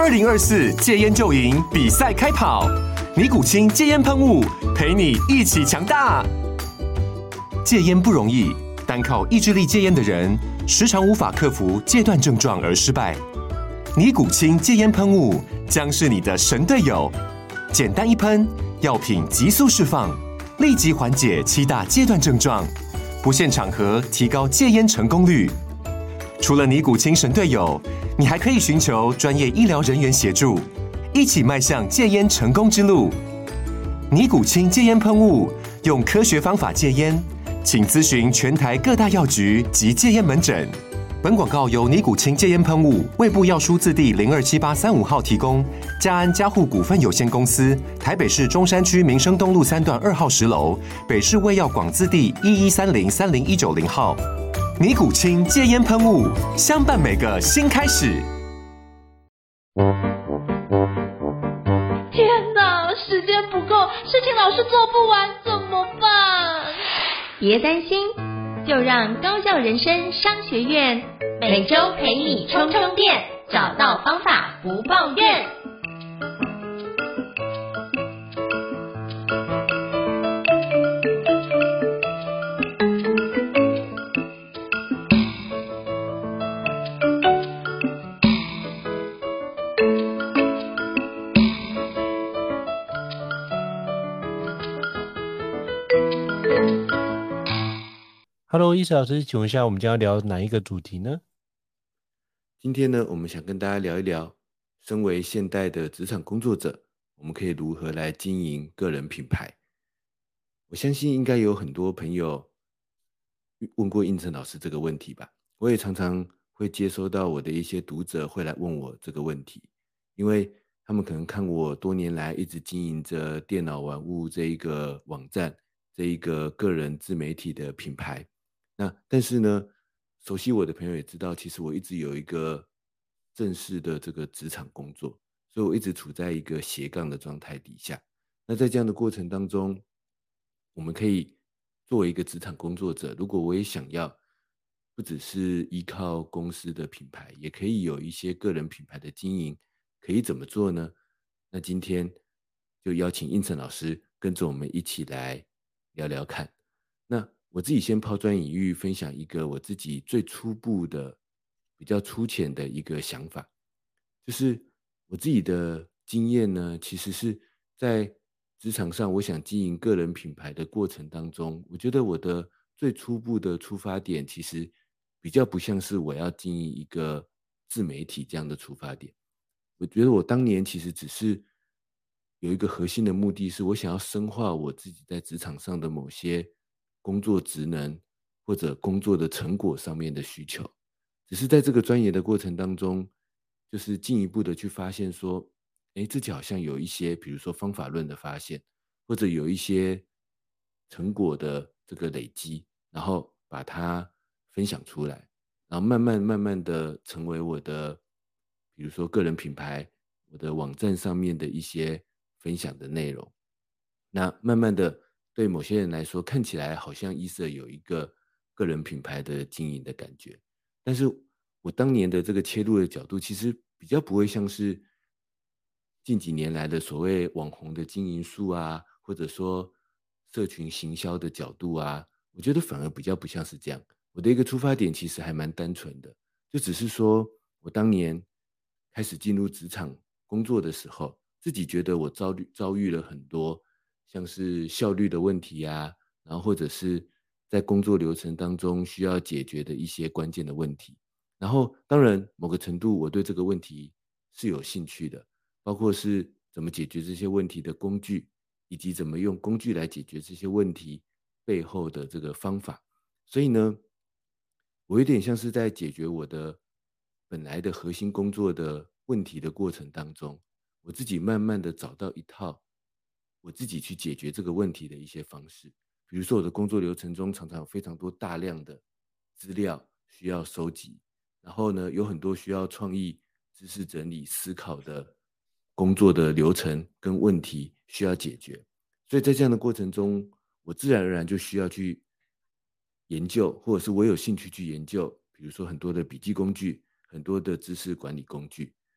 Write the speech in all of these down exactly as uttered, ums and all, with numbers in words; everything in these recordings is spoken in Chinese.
二零二四戒烟就赢比赛开跑，尼古清戒烟喷雾陪你一起强大。戒烟不容易，单靠意志力戒烟的人，时常无法克服戒断症状而失败。尼古清戒烟喷雾将是你的神队友，简单一喷，药品急速释放，立即缓解七大戒断症状，不限场合提高戒烟成功率。除了尼古清神队友，你还可以寻求专业医疗人员协助，一起迈向戒烟成功之路。尼古清戒烟喷雾，用科学方法戒烟，请咨询全台各大药局及戒烟门诊。本广告由尼古清戒烟喷雾、卫部药书字第零二七八三五号提供，嘉安嘉护股份有限公司，台北市中山区民生东路三段二号十楼，北市卫药广字第一一三零三零一九零号。尼古清戒烟喷雾，相伴每个新开始。 天哪，时间不够，事情老是做不完，怎么办？ 别担心，就让高效人生商学院每周陪你充充电，找到方法不抱怨。 Hello， 伊斯老师，请问一下，我们将要聊哪一个主题呢？ 今天呢，我们想跟大家聊一聊，身为现代的职场工作者，我们可以如何来经营个人品牌。我相信应该有很多朋友问过应成老师这个问题吧。我也常常会接收到我的一些读者会来问我这个问题，因为他们可能看我多年来一直经营着电脑玩物这一个网站，这一个个人自媒体的品牌。那但是呢，熟悉我的朋友也知道，其实我一直有一个正式的这个职场工作，所以我一直处在一个斜杠的状态底下。那在这样的过程当中，我们可以作为一个职场工作者，如果我也想要不只是依靠公司的品牌，也可以有一些个人品牌的经营，可以怎么做呢？那今天就邀请应成老师跟着我们一起来聊聊看。那我自己先抛砖引玉，分享一个我自己最初步的、比较粗浅的一个想法，就是我自己的经验呢，其实是在职场上，我想经营个人品牌的过程当中，我觉得我的最初步的出发点，其实比较不像是我要经营一个自媒体这样的出发点。我觉得我当年其实只是有一个核心的目的，是我想要深化我自己在职场上的某些工作职能或者工作的成果上面的需求，只是在这个钻研的过程当中，就是进一步的去发现说，诶，自己好像有一些，比如说方法论的发现，或者有一些成果的这个累积，然后把它分享出来，然后慢慢慢慢的成为我的，比如说个人品牌，我的网站上面的一些分享的内容。那慢慢的，对某些人来说，看起来好像伊瑟有一个个人品牌的经营的感觉，但是我当年的这个切入的角度，其实比较不会像是近几年来的所谓网红的经营术啊，或者说社群行销的角度啊，我觉得反而比较不像是这样。我的一个出发点其实还蛮单纯的，就只是说我当年开始进入职场工作的时候，自己觉得我遭遇遭遇了很多像是效率的问题啊，然后或者是在工作流程当中需要解决的一些关键的问题。然后当然某个程度我对这个问题是有兴趣的，包括是怎么解决这些问题的工具，以及怎么用工具来解决这些问题背后的这个方法。所以呢，我有点像是在解决我的本来的核心工作的问题的过程当中，我自己慢慢的找到一套我自己去解决这个问题的一些方式。比如说我的工作流程中常常有非常多大量的资料需要收集，然后呢有很多需要创意、知识整理、思考的工作的流程跟问题需要解决。所以在这样的过程中，我自然而然就需要去研究，或者是我有兴趣去研究，比如说很多的笔记工具，很多的知识管理工具。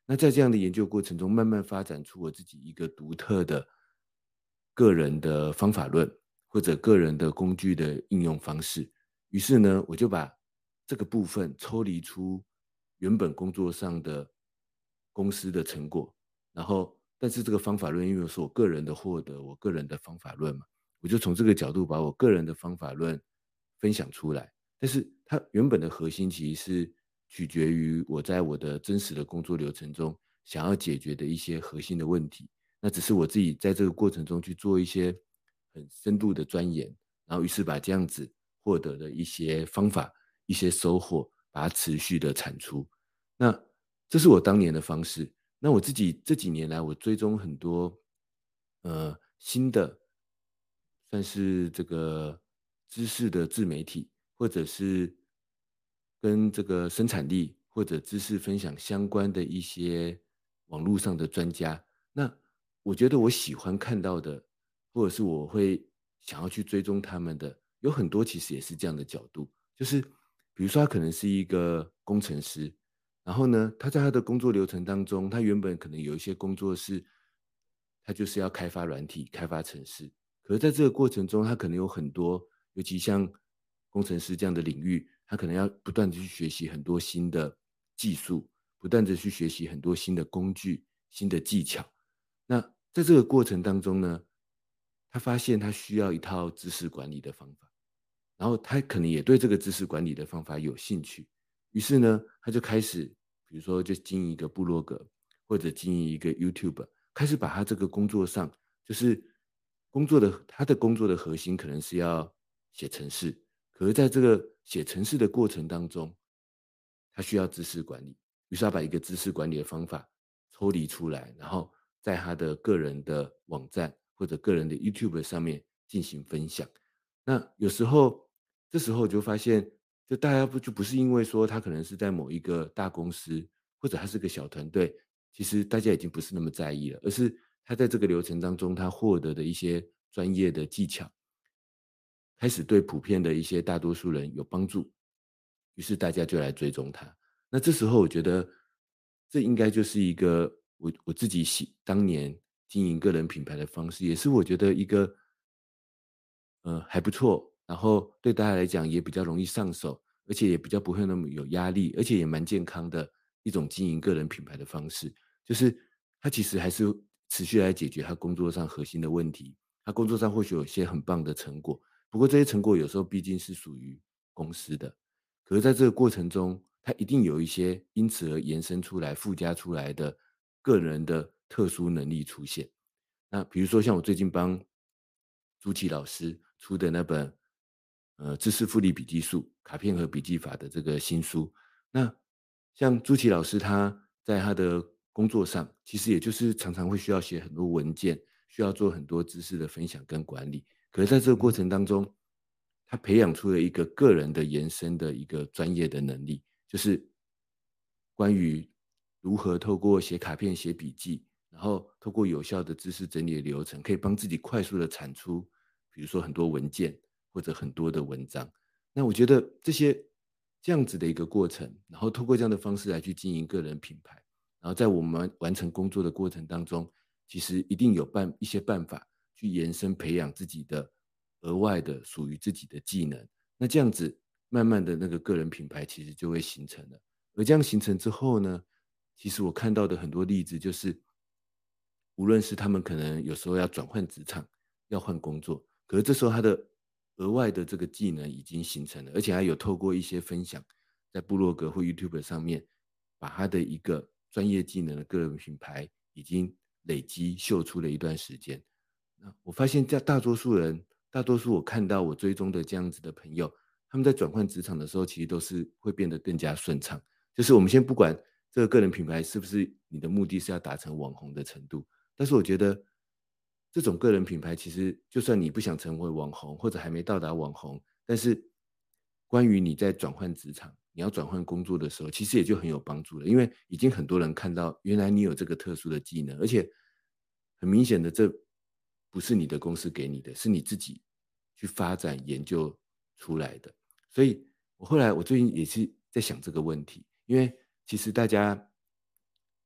那在这样的研究过程中，慢慢发展出我自己一个独特的个人的方法论，或者个人的工具的应用方式。于是呢，我就把这个部分抽离出原本工作上的公司的成果，然后但是这个方法论因为是我个人的获得，我个人的方法论嘛，我就从这个角度把我个人的方法论分享出来。但是它原本的核心其实是取决于我在我的真实的工作流程中想要解决的一些核心的问题。那只是我自己在这个过程中去做一些很深度的钻研，然后于是把这样子获得的一些方法、一些收获，把它持续的产出。那这是我当年的方式。那我自己这几年来，我追踪很多呃新的，算是这个知识的自媒体，或者是跟这个生产力或者知识分享相关的一些网络上的专家。那我觉得我喜欢看到的，或者是我会想要去追踪他们的，有很多其实也是这样的角度，就是比如说他可能是一个工程师，然后呢，他在他的工作流程当中，他原本可能有一些工作是，他就是要开发软体、开发程式，可是在这个过程中，他可能有很多，尤其像工程师这样的领域，他可能要不断的去学习很多新的技术，不断的去学习很多新的工具、新的技巧。那在这个过程当中呢，他发现他需要一套知识管理的方法，然后他可能也对这个知识管理的方法有兴趣，于是呢，他就开始，比如说就经营一个部落格，或者经营一个 YouTube， 开始把他这个工作上，就是工作的他的工作的核心可能是要写程式，可是在这个写程式的过程当中，他需要知识管理，于是他把一个知识管理的方法抽离出来，然后在他的个人的网站或者个人的 YouTube 上面进行分享。那有时候，这时候我就发现，就大家不就不是因为说他可能是在某一个大公司，或者他是个小团队，其实大家已经不是那么在意了，而是他在这个流程当中，他获得的一些专业的技巧，开始对普遍的一些大多数人有帮助，于是大家就来追踪他。那这时候我觉得，这应该就是一个我我自己喜当年经营个人品牌的方式，也是我觉得一个呃还不错，然后对大家来讲也比较容易上手，而且也比较不会那么有压力，而且也蛮健康的一种经营个人品牌的方式。就是他其实还是持续来解决他工作上核心的问题，他工作上或许有一些很棒的成果，不过这些成果有时候毕竟是属于公司的，可是在这个过程中，他一定有一些因此而延伸出来、附加出来的个人的特殊能力出现。那比如说像我最近帮朱琦老师出的那本呃知识复利笔记术、卡片和笔记法的这个新书，那像朱琦老师他在他的工作上，其实也就是常常会需要写很多文件，需要做很多知识的分享跟管理。可是在这个过程当中，他培养出了一个个人的延伸的一个专业的能力，就是关于如何透过写卡片、写笔记，然后透过有效的知识整理的流程，可以帮自己快速的产出，比如说很多文件或者很多的文章。那我觉得这些这样子的一个过程，然后透过这样的方式来去经营个人品牌，然后在我们完成工作的过程当中，其实一定有办一些办法去延伸培养自己的额外的属于自己的技能。那这样子慢慢的那个个人品牌其实就会形成了。而这样形成之后呢，其实我看到的很多例子就是，无论是他们可能有时候要转换职场，要换工作，可是这时候他的额外的这个技能已经形成了，而且还有透过一些分享，在部落格或 YouTube 上面，把他的一个专业技能的个人品牌已经累积秀出了一段时间。那我发现，在大多数人，大多数我看到我追踪的这样子的朋友，他们在转换职场的时候，其实都是会变得更加顺畅。就是我们先不管这个个人品牌是不是你的目的是要达成网红的程度，但是我觉得这种个人品牌其实就算你不想成为网红，或者还没到达网红，但是关于你在转换职场，你要转换工作的时候，其实也就很有帮助了，因为已经很多人看到原来你有这个特殊的技能，而且很明显的这不是你的公司给你的，是你自己去发展研究出来的。所以我后来我最近也是在想这个问题，因为其实大家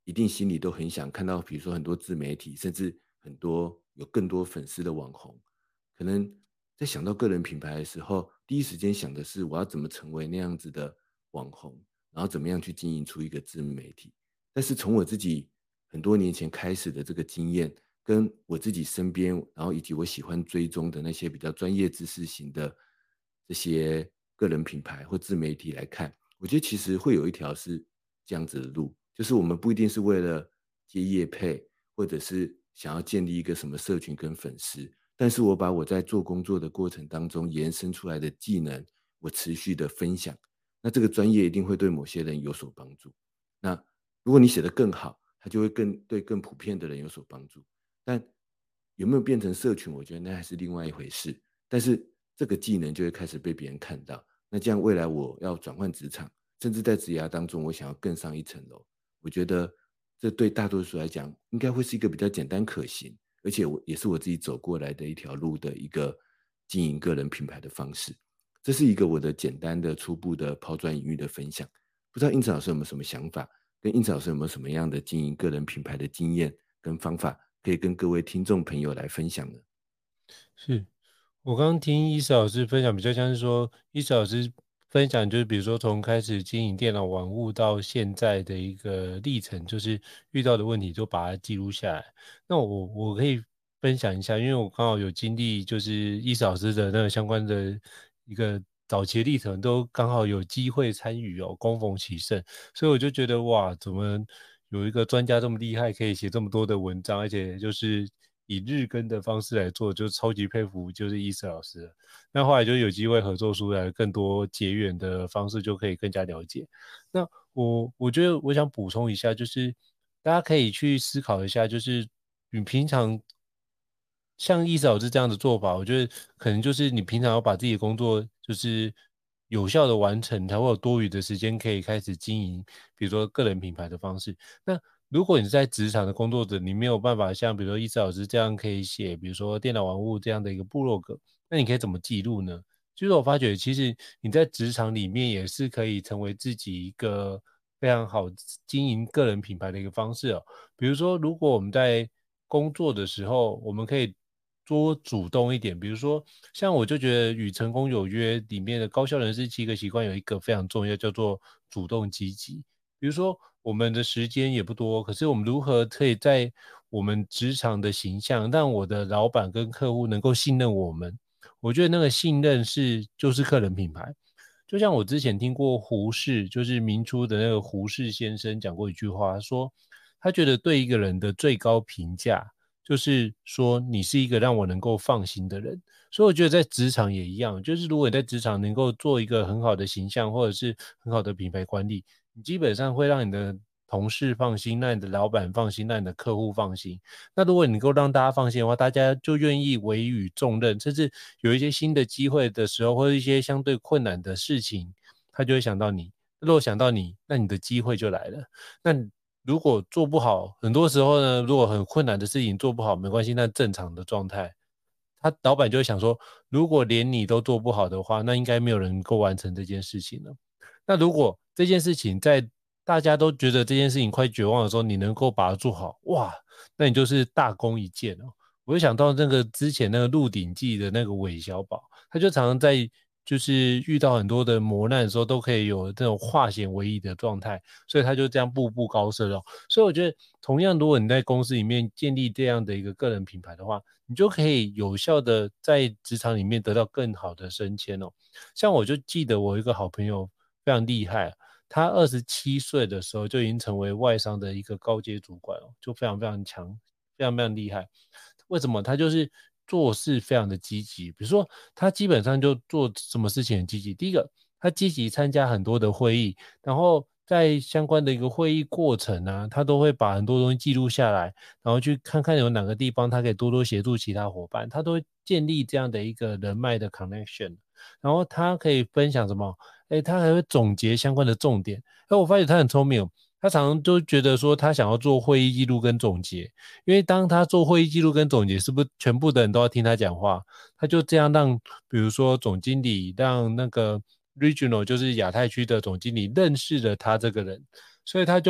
一定心里都很想看到，比如说很多自媒体，甚至很多有更多粉丝的网红，可能在想到个人品牌的时候，第一时间想的是我要怎么成为那样子的网红，然后怎么样去经营出一个自媒体。但是从我自己很多年前开始的这个经验，跟我自己身边，然后以及我喜欢追踪的那些比较专业知识型的这些个人品牌或自媒体来看，我觉得其实会有一条是这样子的路，就是我们不一定是为了接业配，或者是想要建立一个什么社群跟粉丝，但是我把我在做工作的过程当中延伸出来的技能，我持续的分享，那这个专业一定会对某些人有所帮助。那如果你写得更好，它就会更对更普遍的人有所帮助。但有没有变成社群，我觉得那还是另外一回事。但是这个技能就会开始被别人看到，那这样未来我要转换职场，甚至在职涯当中，我想要更上一层楼，我觉得这对大多数来讲，应该会是一个比较简单可行，而且我也是我自己走过来的一条路的一个经营个人品牌的方式。这是一个我的简单的初步的抛砖引玉的分享。不知道英子老师有没有什么想法，跟英子老师有没有什么样的经营个人品牌的经验跟方法，可以跟各位听众朋友来分享呢？ 是我刚刚听伊斯老师分享，比较像是说，伊斯老师分享就是比如说从开始经营电脑玩物到现在的一个历程，就是遇到的问题就把它记录下来。那我我可以分享一下，因为我刚好有经历就是伊斯老师的那个相关的一个早期的历程，都刚好有机会参与哦，恭逢其盛，所以我就觉得哇，怎么有一个专家这么厉害，可以写这么多的文章，而且就是以日更的方式来做，就超级佩服，就是伊斯老师了。那后来就有机会合作出来更多结缘的方式，就可以更加了解。那我我觉得我想补充一下，就是大家可以去思考一下，就是你平常像伊斯老师这样的做法，我觉得可能就是你平常要把自己的工作就是有效的完成，才会有多余的时间可以开始经营，比如说个人品牌的方式。那如果你是在职场的工作者，你没有办法像比如说伊斯老师这样可以写，比如说电脑玩物这样的一个部落格，那你可以怎么记录呢？就是我发觉，其实你在职场里面也是可以成为自己一个非常好经营个人品牌的一个方式哦。比如说，如果我们在工作的时候，我们可以多主动一点。比如说，像我就觉得《与成功有约》里面的高效人士七个习惯有一个非常重要，叫做主动积极。比如说，我们的时间也不多，可是我们如何可以在我们职场的形象，让我的老板跟客户能够信任我们？我觉得那个信任是就是个人品牌。就像我之前听过胡适，就是明初的那个胡适先生讲过一句话，说他觉得对一个人的最高评价就是说你是一个让我能够放心的人。所以我觉得在职场也一样，就是如果你在职场能够做一个很好的形象，或者是很好的品牌管理，你基本上会让你的同事放心，让你的老板放心，让你的客户放心。那如果你能够让大家放心的话，大家就愿意委以重任，甚至有一些新的机会的时候，或者一些相对困难的事情，他就会想到你。如果想到你，那你的机会就来了。那如果做不好，很多时候呢，如果很困难的事情做不好，没关系，那正常的状态。他老板就会想说，如果连你都做不好的话，那应该没有人能够完成这件事情了。那如果这件事情在大家都觉得这件事情快绝望的时候，你能够把它做好，哇，那你就是大功一件哦。我就想到那个之前那个《鹿鼎记》的那个韦小宝，他就常常在就是遇到很多的磨难的时候，都可以有这种化险为夷的状态，所以他就这样步步高升哦。所以我觉得，同样，如果你在公司里面建立这样的一个个人品牌的话，你就可以有效的在职场里面得到更好的升迁哦。像我就记得我一个好朋友非常厉害，他二十七岁的时候就已经成为外商的一个高阶主管哦，就非常非常强，非常非常厉害。为什么？他就是做事非常的积极。比如说，他基本上就做什么事情很积极。第一个，他积极参加很多的会议，然后在相关的一个会议过程啊，他都会把很多东西记录下来，然后去看看有哪个地方他可以多多协助其他伙伴，他都会建立这样的一个人脉的 connection。然后他可以分享什么？哎，他还会总结相关的重点。哎，我发现他很聪明哦，他常常就觉得说他想要做会议记录跟总结，因为当他做会议记录跟总结，是不是全部的人都要听他讲话？他就这样让，比如说总经理让那个 regional 就是亚太区的总经理认识了他这个人，所以他就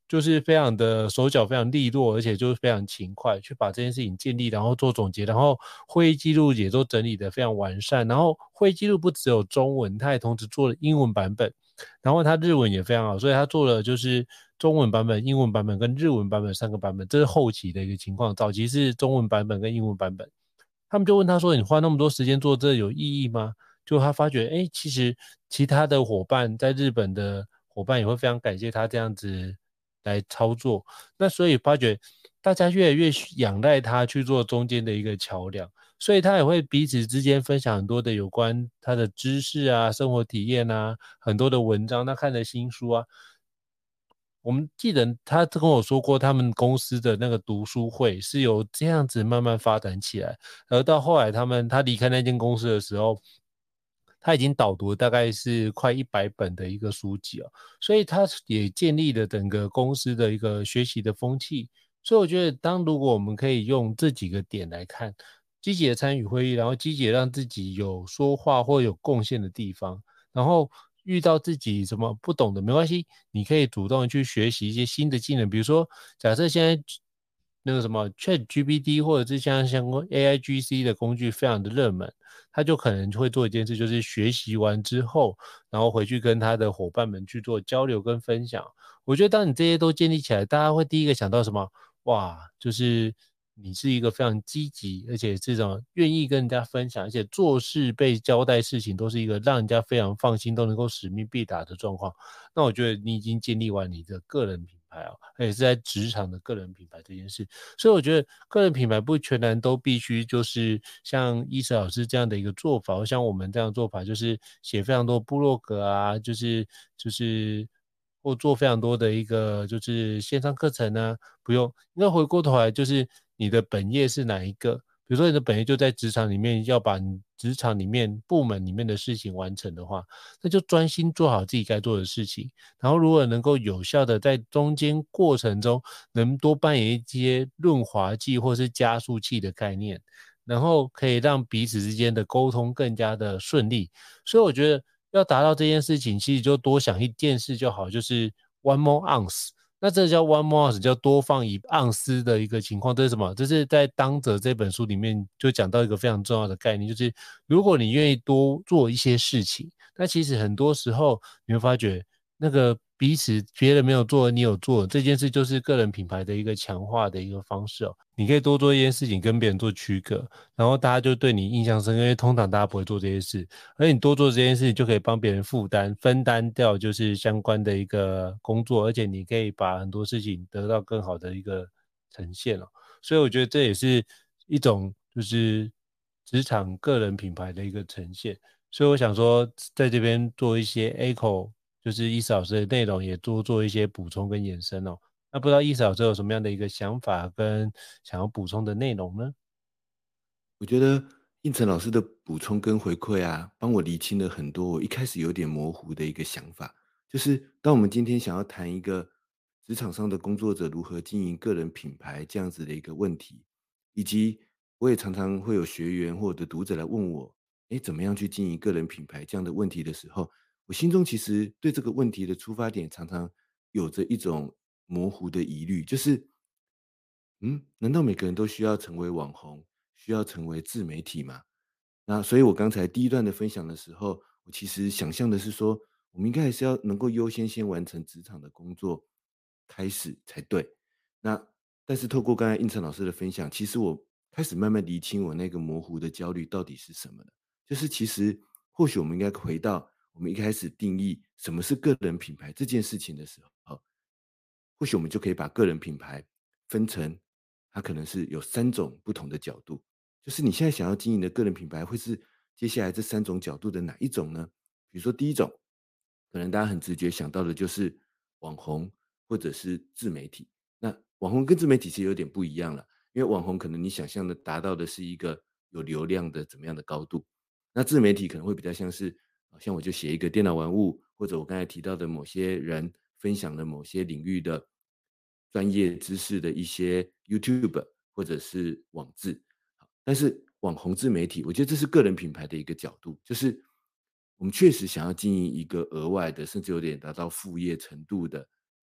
就是非常的手脚非常利落，而且就是非常勤快去把这件事情建立，然后做总结，然后会议记录也都整理得非常完善，然后会议记录不只有中文，他也同时做了英文版本，然后他日文也非常好，所以他做了就是中文版本、英文版本跟日文版本三个版本，这是后期的一个情况，早期是中文版本跟英文版本。他们就问他说：“你花那么多时间做这有意义吗？”就他发觉，哎，其实其他的伙伴在日本的伙伴也会非常感谢他这样子来操作。那所以发觉大家越来越仰赖他去做中间的一个桥梁，所以他也会彼此之间分享很多的有关他的知识啊、生活体验啊、很多的文章，他看的新书啊。我们记得他跟我说过，他们公司的那个读书会是由这样子慢慢发展起来，而到后来他们他离开那间公司的时候，他已经导读大概是快一百本的一个书籍哦，所以他也建立了整个公司的一个学习的风气。所以我觉得，当如果我们可以用这几个点来看，积极的参与会议，然后积极的让自己有说话或有贡献的地方，然后遇到自己什么不懂的没关系，你可以主动去学习一些新的技能，比如说假设现在那个什么 ChatGPT 或者是像相关 A I G C 的工具非常的热门，他就可能会做一件事，就是学习完之后，然后回去跟他的伙伴们去做交流跟分享。我觉得当你这些都建立起来，大家会第一个想到什么？哇，就是你是一个非常积极，而且这种愿意跟人家分享，而且做事被交代事情都是一个让人家非常放心，都能够使命必达的状况。那我觉得你已经建立完你的个人品牌哦，而且是在职场的个人品牌这件事。所以我觉得个人品牌不全然都必须就是像伊瑟老师这样的一个做法，像我们这样的做法，就是写非常多部落格啊，就是就是或做非常多的一个就是线上课程啊，不用。那回过头来就是你的本业是哪一个？比如说你的本业就在职场里面，要把你职场里面部门里面的事情完成的话，那就专心做好自己该做的事情。然后如果能够有效的在中间过程中能多扮演一些润滑剂或是加速器的概念，然后可以让彼此之间的沟通更加的顺利。所以我觉得要达到这件事情，其实就多想一件事就好，就是 one more ounce。那这叫 one more ounce，叫多放一盎司的一个情况。这是什么？这是在当则这本书里面就讲到一个非常重要的概念，就是如果你愿意多做一些事情，那其实很多时候你会发觉那个彼此别人没有做你有做这件事，就是个人品牌的一个强化的一个方式哦。你可以多做一件事情跟别人做区隔，然后大家就对你印象深刻，因为通常大家不会做这些事，而你多做这件事就可以帮别人负担分担掉就是相关的一个工作，而且你可以把很多事情得到更好的一个呈现哦。所以我觉得这也是一种就是职场个人品牌的一个呈现。所以我想说在这边做一些 echo， 就是伊斯老师的内容也多做一些补充跟延伸哦。那不知道伊斯老师有什么样的一个想法跟想要补充的内容呢？ 我觉得应成老师的补充跟回馈啊，帮我理清了很多我一开始有点模糊的一个想法。就是当我们今天想要谈一个职场上的工作者如何经营个人品牌这样子的一个问题，以及我也常常会有学员或者读者来问我，诶，怎么样去经营个人品牌这样的问题的时候，我心中其实对这个问题的出发点常常有着一种模糊的疑虑，就是嗯，难道每个人都需要成为网红，需要成为自媒体吗？那所以我刚才第一段的分享的时候，我其实想象的是说，我们应该还是要能够优先先完成职场的工作开始才对。那但是透过刚才应成老师的分享，其实我开始慢慢厘清我那个模糊的焦虑到底是什么了。就是其实或许我们应该回到我们一开始定义什么是个人品牌这件事情的时候，或许我们就可以把个人品牌分成，它可能是有三种不同的角度。就是你现在想要经营的个人品牌，会是接下来这三种角度的哪一种呢？比如说第一种，可能大家很直觉想到的就是网红或者是自媒体。那网红跟自媒体其实有点不一样了，因为网红可能你想象的达到的是一个有流量的怎么样的高度，那自媒体可能会比较像是，像我就写一个电脑玩物，或者我刚才提到的某些人分享的某些领域的专业知识的一些 YouTube 或者是网志。但是网红自媒体，我觉得这是个人品牌的一个角度，就是我们确实想要经营一个额外的，甚至有点达到副业程度的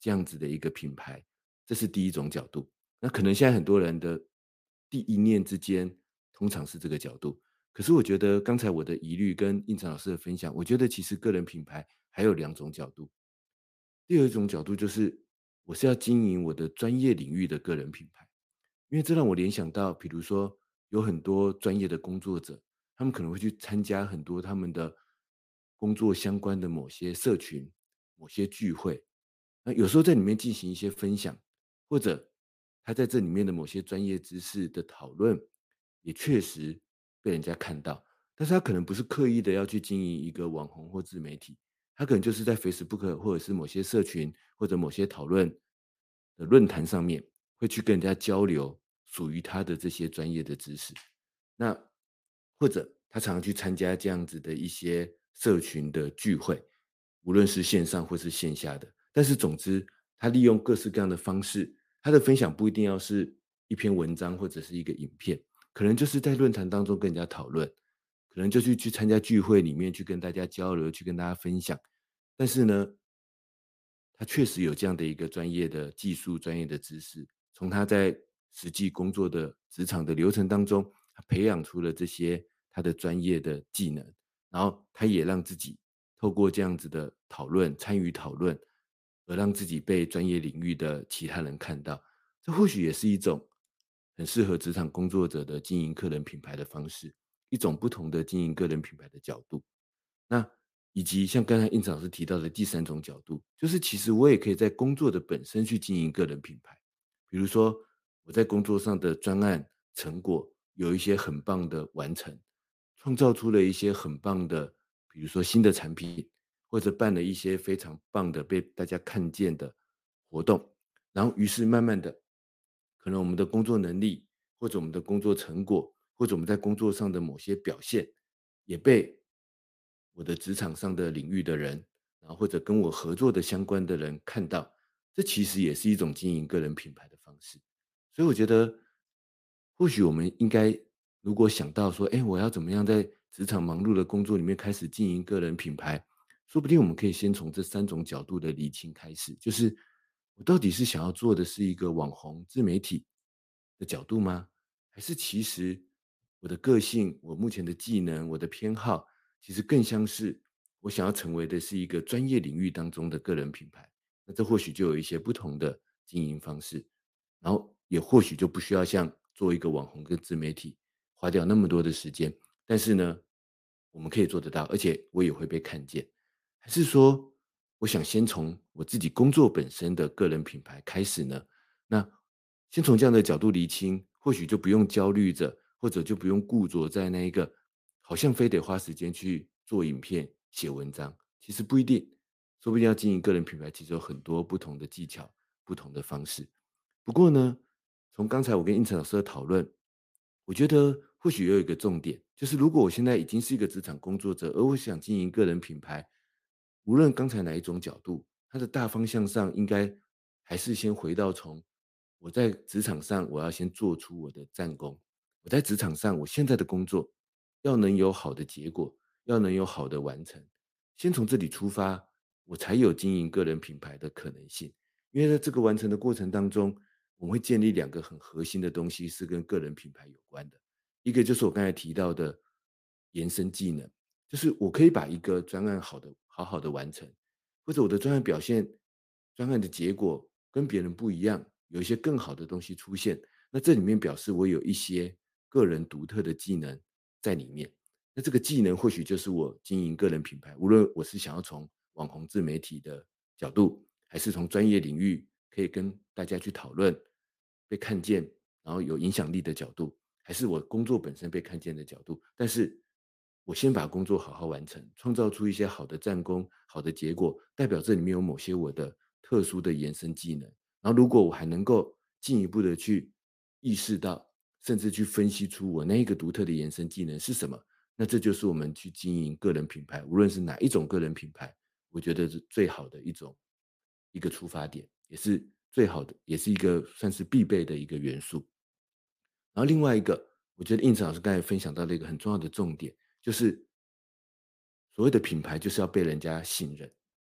这样子的一个品牌，这是第一种角度。那可能现在很多人的第一念之间，通常是这个角度。可是我觉得刚才我的疑虑跟应成老师的分享，我觉得其实个人品牌还有两种角度。第二种角度就是我是要经营我的专业领域的个人品牌，因为这让我联想到，比如说有很多专业的工作者，他们可能会去参加很多他们的工作相关的某些社群、某些聚会，那有时候在里面进行一些分享，或者他在这里面的某些专业知识的讨论，也确实被人家看到，但是他可能不是刻意的要去经营一个网红或自媒体，他可能就是在 Facebook 或者是某些社群或者某些讨论的论坛上面，会去跟人家交流属于他的这些专业的知识。那或者他常常去参加这样子的一些社群的聚会，无论是线上或是线下的。但是总之，他利用各式各样的方式，他的分享不一定要是一篇文章或者是一个影片，可能就是在论坛当中跟人家讨论，可能就去去参加聚会里面去跟大家交流，去跟大家分享。但是呢，他确实有这样的一个专业的技术、专业的知识，从他在实际工作的职场的流程当中，他培养出了这些他的专业的技能，然后他也让自己透过这样子的讨论、参与讨论，而让自己被专业领域的其他人看到。这或许也是一种很适合职场工作者的经营个人品牌的方式，一种不同的经营个人品牌的角度。那以及像刚才应老师提到的第三种角度，就是其实我也可以在工作的本身去经营个人品牌。比如说我在工作上的专案成果有一些很棒的完成，创造出了一些很棒的，比如说新的产品，或者办了一些非常棒的被大家看见的活动，然后于是慢慢的，可能我们的工作能力，或者我们的工作成果，或者我们在工作上的某些表现，也被我的职场上的领域的人，然后或者跟我合作的相关的人看到，这其实也是一种经营个人品牌的方式。所以我觉得，或许我们应该如果想到说，哎，我要怎么样在职场忙碌的工作里面开始经营个人品牌，说不定我们可以先从这三种角度的厘清开始，就是我到底是想要做的是一个网红自媒体的角度吗？还是其实我的个性、我目前的技能、我的偏好，其实更像是我想要成为的是一个专业领域当中的个人品牌。那这或许就有一些不同的经营方式，然后也或许就不需要像做一个网红跟自媒体花掉那么多的时间，但是呢，我们可以做得到，而且我也会被看见。还是说，我想先从我自己工作本身的个人品牌开始呢？那先从这样的角度厘清，或许就不用焦虑着，或者就不用固着在那一个好像非得花时间去做影片、写文章，其实不一定，说不定要经营个人品牌，其实有很多不同的技巧、不同的方式。不过呢，从刚才我跟应成老师的讨论，我觉得或许也有一个重点，就是如果我现在已经是一个职场工作者，而我想经营个人品牌，无论刚才哪一种角度，它的大方向上应该还是先回到从我在职场上我要先做出我的战功，我在职场上我现在的工作要能有好的结果，要能有好的完成，先从这里出发，我才有经营个人品牌的可能性。因为在这个完成的过程当中，我们会建立两个很核心的东西，是跟个人品牌有关的。一个就是我刚才提到的延伸技能，就是我可以把一个专案好的好好的完成，或者我的专案表现、专案的结果跟别人不一样，有一些更好的东西出现，那这里面表示我有一些个人独特的技能在里面。那这个技能或许就是我经营个人品牌，无论我是想要从网红自媒体的角度，还是从专业领域可以跟大家去讨论、被看见，然后有影响力的角度，还是我工作本身被看见的角度。但是我先把工作好好完成，创造出一些好的战功、好的结果，代表这里面有某些我的特殊的延伸技能。然后如果我还能够进一步的去意识到，甚至去分析出我那一个独特的延伸技能是什么，那这就是我们去经营个人品牌，无论是哪一种个人品牌，我觉得是最好的一种一个出发点，也是最好的，也是一个算是必备的一个元素。然后另外一个，我觉得应成老师刚才分享到了一个很重要的重点，就是所谓的品牌就是要被人家信任。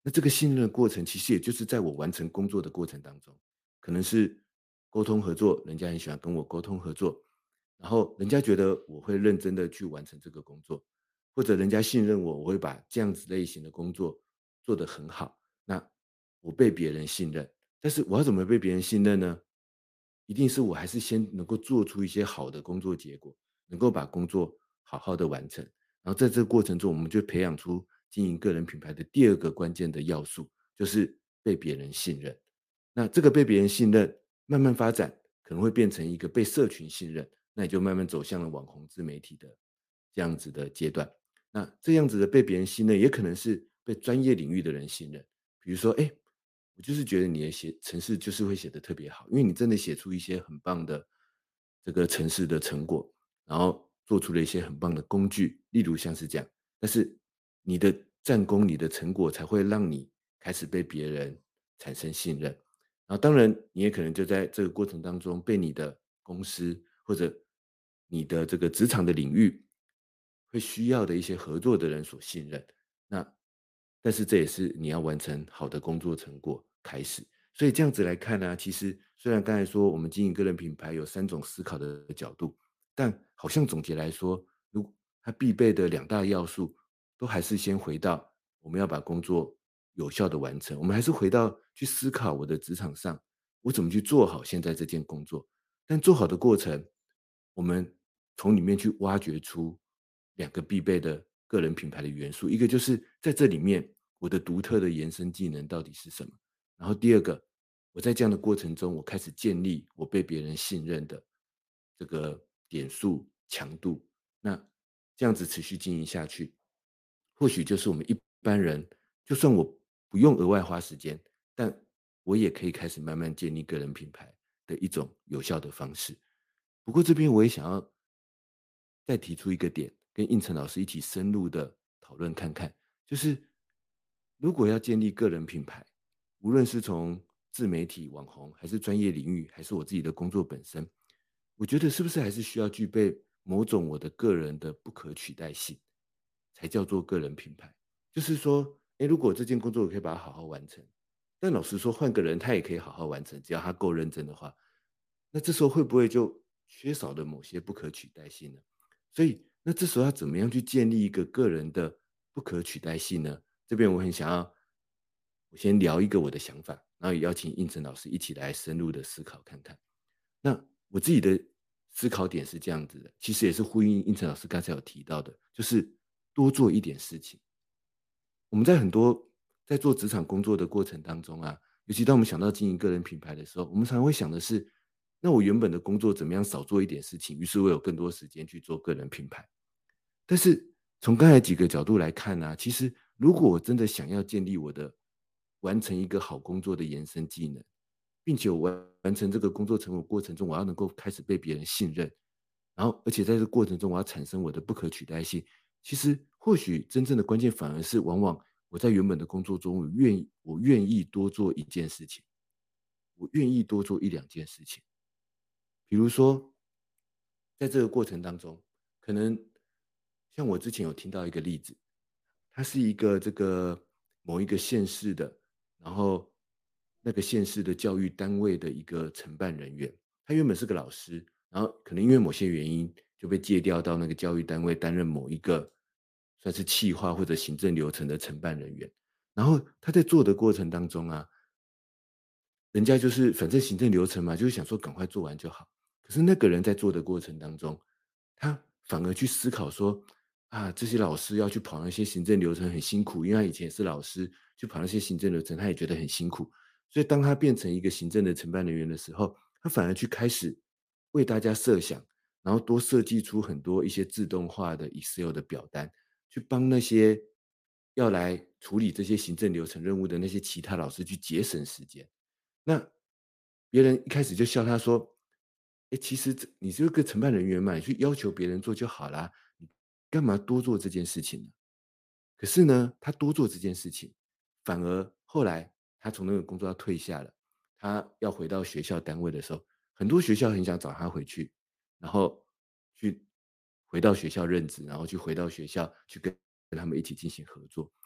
那这个信任的过程，其实也就是在我完成工作的过程当中，可能是沟通合作，人家很喜欢跟我沟通合作，然后人家觉得我会认真的去完成这个工作，或者人家信任我，我会把这样子类型的工作做得很好。那我被别人信任，但是我要怎么被别人信任呢？一定是我还是先能够做出一些好的工作结果，能够把工作好好的完成。然后在这个过程中，我们就培养出经营个人品牌的第二个关键的要素，就是被别人信任。那这个被别人信任，慢慢发展，可能会变成一个被社群信任，那也就慢慢走向了网红自媒体的这样子的阶段。那这样子的被别人信任，也可能是被专业领域的人信任。比如说，哎，我就是觉得你的写程式就是会写得特别好，因为你真的写出一些很棒的这个程式的成果，然后做出了一些很棒的工具，例如像是这样。但是你的战功、你的成果才会让你开始被别人产生信任。然后当然你也可能就在这个过程当中被你的公司或者你的这个职场的领域会需要的一些合作的人所信任。那但是这也是你要完成好的工作成果开始。所以这样子来看呢，其实虽然刚才说我们经营个人品牌有三种思考的角度，但好像总结来说，如它必备的两大要素，都还是先回到我们要把工作有效的完成，我们还是回到去思考我的职场上，我怎么去做好现在这件工作。但做好的过程，我们从里面去挖掘出两个必备的个人品牌的元素，一个就是在这里面我的独特的延伸技能到底是什么，然后第二个，我在这样的过程中，我开始建立我被别人信任的这个点数强度。那这样子持续经营下去，或许就是我们一般人，就算我不用额外花时间，但我也可以开始慢慢建立个人品牌的一种有效的方式。不过这边我也想要再提出一个点，跟应成老师一起深入的讨论看看，就是如果要建立个人品牌，无论是从自媒体网红，还是专业领域，还是我自己的工作本身，我觉得是不是还是需要具备某种我的个人的不可取代性，才叫做个人品牌。就是说，诶，如果这件工作我可以把它好好完成，但老实说，换个人他也可以好好完成，只要他够认真的话，那这时候会不会就缺少了某些不可取代性呢？所以，那这时候要怎么样去建立一个个人的不可取代性呢？这边我很想要，我先聊一个我的想法，然后也邀请应成老师一起来深入的思考看看。那我自己的思考点是这样子的，其实也是呼应应成老师刚才有提到的，就是多做一点事情。我们在很多在做职场工作的过程当中啊，尤其当我们想到经营个人品牌的时候，我们常常会想的是，那我原本的工作怎么样少做一点事情，于是我有更多时间去做个人品牌。但是从刚才几个角度来看呢、啊，其实如果我真的想要建立我的完成一个好工作的延伸技能，并且我完完成这个工作成果过程中，我要能够开始被别人信任，然后而且在这个过程中我要产生我的不可取代性。其实或许真正的关键反而是，往往我在原本的工作中，我愿意我愿意多做一件事情，我愿意多做一两件事情。比如说，在这个过程当中，可能像我之前有听到一个例子，他是一个这个某一个县市的，然后那个县市的教育单位的一个承办人员，他原本是个老师，然后可能因为某些原因就被借调到那个教育单位担任某一个算是企划或者行政流程的承办人员。然后他在做的过程当中啊，人家就是反正行政流程嘛，就是想说赶快做完就好。可是那个人在做的过程当中，他反而去思考说，啊，这些老师要去跑那些行政流程很辛苦，因为他以前也是老师，去跑那些行政流程，他也觉得很辛苦。所以当他变成一个行政的承办人员的时候，他反而去开始为大家设想，然后多设计出很多一些自动化的 Excel 的表单，去帮那些要来处理这些行政流程任务的那些其他老师去节省时间。那别人一开始就笑他说：“哎，其实这你是个承办人员嘛，你去要求别人做就好啦，你干嘛多做这件事情呢？”可是呢，他多做这件事情，反而后来他从那个工作要退下了，他要回到学校单位的时候，很多学校很想找他回去，然后去回到学校任职，然后去回到学校去跟跟他们一起进行合作。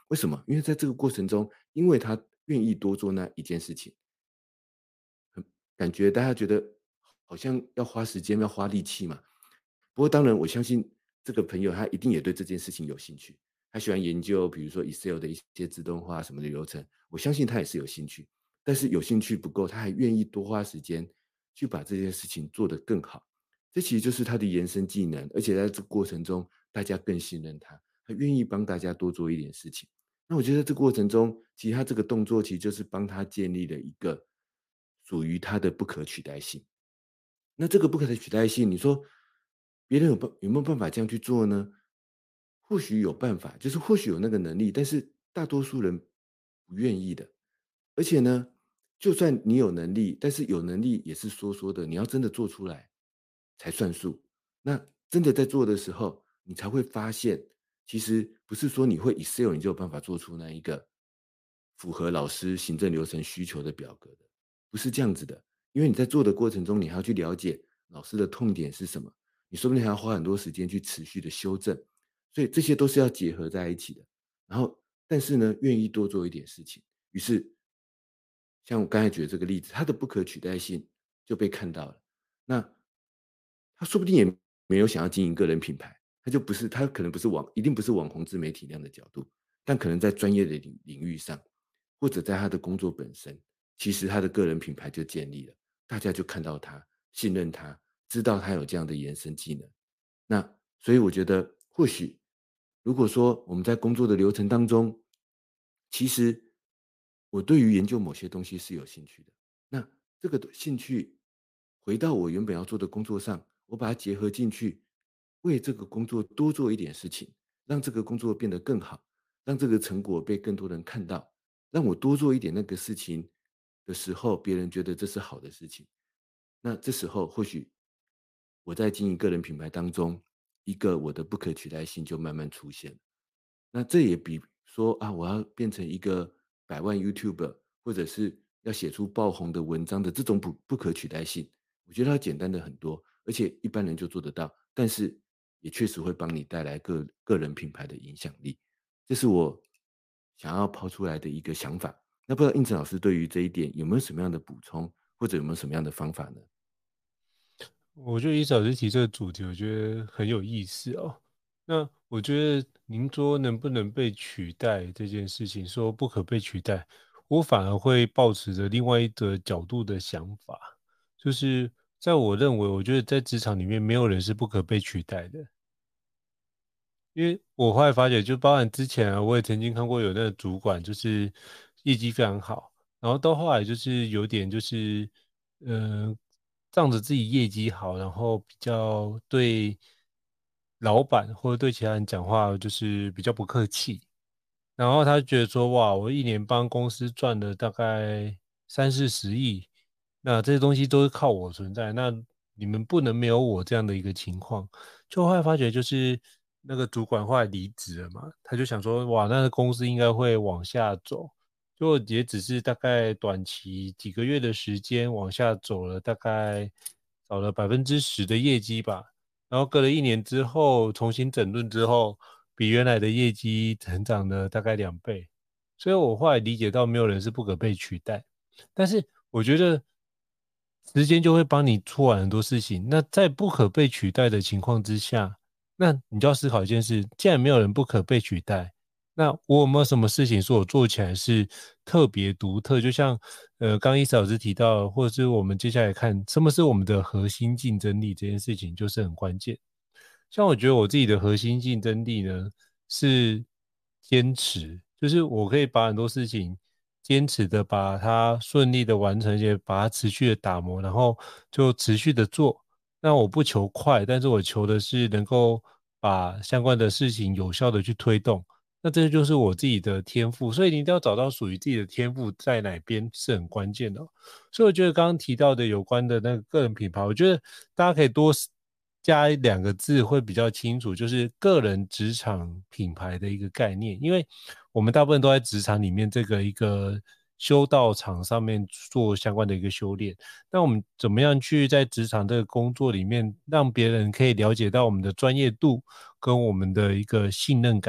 为什么？因为在这个过程中，因为他愿意多做那一件事情，感觉大家觉得好像要花时间、要花力气嘛。不过当然，我相信这个朋友他一定也对这件事情有兴趣，他喜欢研究，比如说 Excel 的一些自动化什么的流程，我相信他也是有兴趣。但是有兴趣不够，他还愿意多花时间去把这件事情做得更好。这其实就是他的延伸技能，而且在这个过程中，大家更信任他，他愿意帮大家多做一点事情。那我觉得这个过程中，其实他这个动作其实就是帮他建立了一个属于他的不可取代性。那这个不可取代性，你说别人有办有没有办法这样去做呢？或许有办法，就是或许有那个能力，但是大多数人不愿意的。而且呢，就算你有能力，但是有能力也是说说的，你要真的做出来才算数。那真的在做的时候，你才会发现，其实不是说你会 Excel 你就有办法做出那一个符合老师行政流程需求的表格的，不是这样子的。因为你在做的过程中，你还要去了解老师的痛点是什么，你说不定还要花很多时间去持续的修正，所以这些都是要结合在一起的。然后，但是呢，愿意多做一点事情，于是像我刚才举的这个例子，它的不可取代性就被看到了。那他说不定也没有想要经营个人品牌，他就不是他可能不是网，一定不是网红自媒体那样的角度，但可能在专业的领领域上，或者在他的工作本身，其实他的个人品牌就建立了，大家就看到他，信任他，知道他有这样的延伸技能。那所以我觉得，或许如果说我们在工作的流程当中，其实我对于研究某些东西是有兴趣的，那这个兴趣回到我原本要做的工作上，我把它结合进去，为这个工作多做一点事情，让这个工作变得更好，让这个成果被更多人看到，让我多做一点那个事情的时候，别人觉得这是好的事情。那这时候或许我在经营个人品牌当中，一个我的不可取代性就慢慢出现了。那这也比说啊，我要变成一个百万 YouTuber，或者是要写出爆红的文章的这种不不可取代性，我觉得它简单的很多，而且一般人就做得到，但是也确实会帮你带来个个人品牌的影响力。这是我想要抛出来的一个想法。那不知道应成老师对于这一点有没有什么样的补充，或者有没有什么样的方法呢？ 我觉得伊老师提这个主题，我觉得很有意思哦。那我觉得您说能不能被取代这件事情，说不可被取代，我反而会抱持着另外一个角度的想法，就是在我认为，我觉得在职场里面没有人是不可被取代的。因为我后来发觉，就包含之前啊，我也曾经看过有那个主管，就是业绩非常好，然后到后来就是有点就是，呃，仗着自己业绩好，然后比较对老板或者对其他人讲话就是比较不客气，然后他觉得说，哇，我一年帮公司赚了大概三四十亿，那这些东西都是靠我存在，那你们不能没有我这样的一个情况。就后来发觉，就是那个主管后来离职了嘛，他就想说，哇，那个公司应该会往下走，就也只是大概短期几个月的时间往下走了，大概少了百分之十的业绩吧。然后隔了一年之后，重新整顿之后，比原来的业绩成长了大概两倍。所以我后来理解到，没有人是不可被取代。但是我觉得时间就会帮你做完很多事情。那在不可被取代的情况之下，那你就要思考一件事：既然没有人不可被取代，那我有没有什么事情是我做起来是特别独特？就像呃，刚刚伊斯老师提到，或者是我们接下来看什么是我们的核心竞争力这件事情，就是很关键。像我觉得我自己的核心竞争力呢是坚持，就是我可以把很多事情坚持的把它顺利的完成，而且把它持续的打磨，然后就持续的做。那我不求快，但是我求的是能够把相关的事情有效的去推动。那这就是我自己的天赋，所以你一定要找到属于自己的天赋在哪边是很关键的哦。所以我觉得刚刚提到的有关的那个个人品牌，我觉得大家可以多加两个字会比较清楚，就是个人职场品牌的一个概念。因为我们大部分都在职场里面这个一个修道场上面做相关的一个修炼，那我们怎么样去在职场这个工作里面让别人可以了解到我们的专业度跟我们的一个信任感，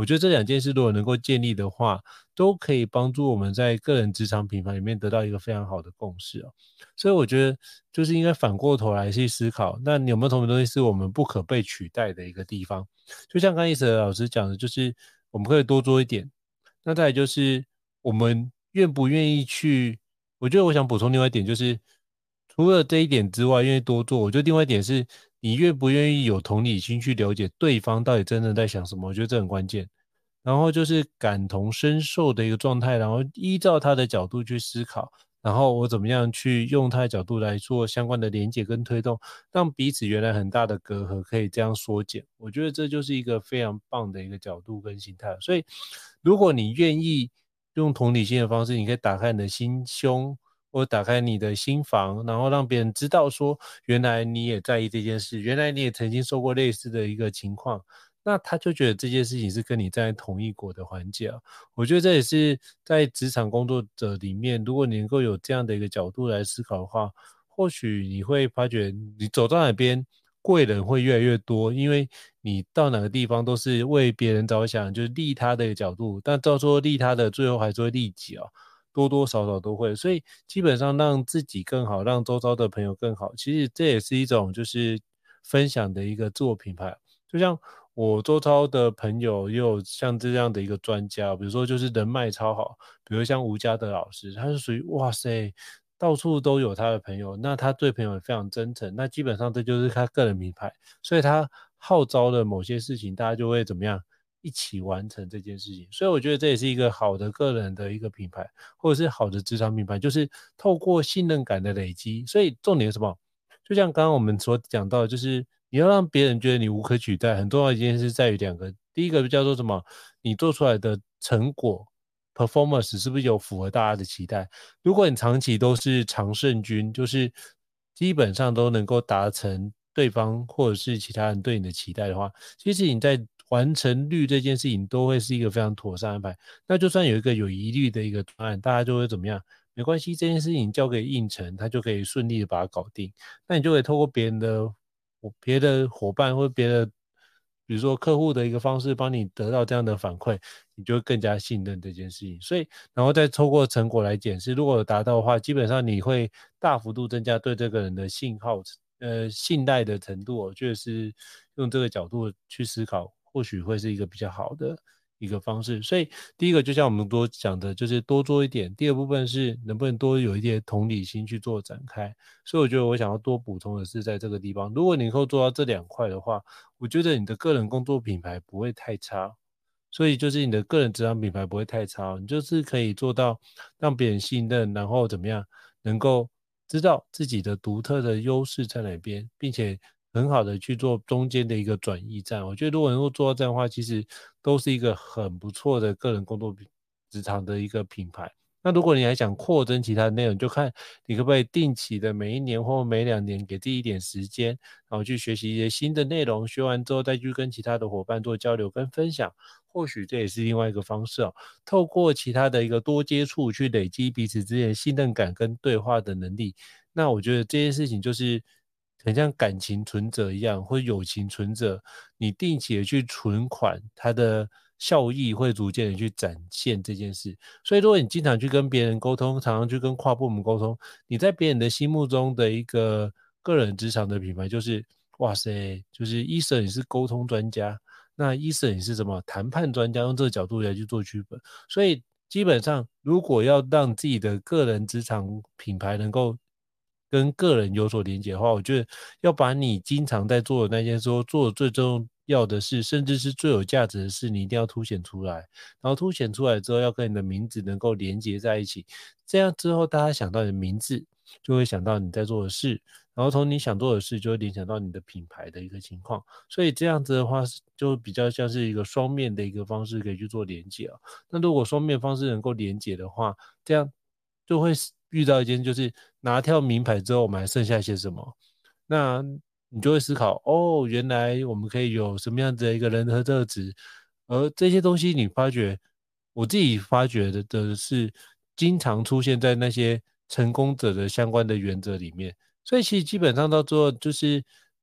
我觉得这两件事如果能够建立的话，都可以帮助我们在个人职场品牌里面得到一个非常好的共识哦。所以我觉得就是应该反过头来去思考，那你有没有什么东西是我们不可被取代的一个地方？就像刚才伊瑟老师讲的，就是我们可以多做一点。那再来就是我们愿不愿意去，我觉得我想补充另外一点，就是除了这一点之外，愿意多做，我觉得另外一点是你愿不愿意有同理心去了解对方到底真的在想什么，我觉得这很关键。然后就是感同身受的一个状态，然后依照他的角度去思考，然后我怎么样去用他的角度来做相关的连结跟推动，让彼此原来很大的隔阂可以这样缩减。我觉得这就是一个非常棒的一个角度跟心态。所以如果你愿意用同理心的方式，你可以打开你的心胸，或打开你的心房，然后让别人知道说原来你也在意这件事，原来你也曾经受过类似的一个情况，那他就觉得这件事情是跟你站在同一国的环节啊。我觉得这也是在职场工作者里面，如果你能够有这样的一个角度来思考的话，或许你会发觉你走到哪边贵人会越来越多，因为你到哪个地方都是为别人着想，就是利他的一个角度，但到时候利他的最后还是会利己啊，多多少少都会，所以基本上让自己更好，让周遭的朋友更好，其实这也是一种就是分享的一个自我品牌。就像我周遭的朋友也有像这样的一个专家，比如说就是人脉超好，比如像吴家德老师，他是属于哇塞到处都有他的朋友，那他对朋友也非常真诚，那基本上这就是他个人品牌，所以他号召的某些事情大家就会怎么样一起完成这件事情。所以我觉得这也是一个好的个人的一个品牌，或者是好的职场品牌，就是透过信任感的累积。所以重点是什么？就像刚刚我们所讲到的，就是你要让别人觉得你无可取代，很重要的一件事在于两个，第一个叫做什么？你做出来的成果 performance 是不是有符合大家的期待？如果你长期都是常胜军，就是基本上都能够达成对方或者是其他人对你的期待的话，其实你在完成率这件事情都会是一个非常妥善安排。那就算有一个有疑虑的一个方案，大家就会怎么样？没关系，这件事情交给应承，他就可以顺利的把它搞定。那你就可以透过别人的、别的伙伴或别的，比如说客户的一个方式，帮你得到这样的反馈，你就会更加信任这件事情。所以，然后再透过成果来检视，如果有达到的话，基本上你会大幅度增加对这个人的信号、呃信赖的程度。我觉得是用这个角度去思考，或许会是一个比较好的一个方式。所以第一个就像我们多讲的，就是多做一点。第二部分是能不能多有一点同理心去做展开。所以我觉得我想要多补充的是在这个地方，如果你能够做到这两块的话，我觉得你的个人工作品牌不会太差。所以就是你的个人职场品牌不会太差，你就是可以做到让别人信任，然后怎么样能够知道自己的独特的优势在哪边，并且很好的去做中间的一个转移站。我觉得如果能够做到这样的话，其实都是一个很不错的个人工作职场的一个品牌。那如果你还想扩增其他的内容，就看你可不可以定期的每一年或每两年给自己一点时间，然后去学习一些新的内容，学完之后再去跟其他的伙伴做交流跟分享，或许这也是另外一个方式哦。透过其他的一个多接触去累积彼此之间的信任感跟对话的能力，那我觉得这件事情就是很像感情存折一样，或友情存折，你定期的去存款，它的效益会逐渐的去展现这件事。所以如果你经常去跟别人沟通，常常去跟跨部门沟通，你在别人的心目中的一个个人职场的品牌就是哇塞，就是医生你是沟通专家，那医生你是什么谈判专家，用这个角度来去做区分。所以基本上如果要让自己的个人职场品牌能够跟个人有所连结的话，我觉得要把你经常在做的那件事，做的最重要的事，甚至是最有价值的事，你一定要凸显出来。然后凸显出来之后，要跟你的名字能够连结在一起，这样之后大家想到你的名字，就会想到你在做的事，然后从你想做的事就会联想到你的品牌的一个情况。所以这样子的话，就比较像是一个双面的一个方式可以去做连结啊。那如果双面方式能够连结的话，这样就会遇到一件就是拿跳名牌之后，我们还剩下一些什么？那你就会思考，哦，原来我们可以有什么样子的一个人和特质，而这些东西你发觉，我自己发觉的的是，经常出现在那些成功者的相关的原则里面。所以其实基本上到最后就是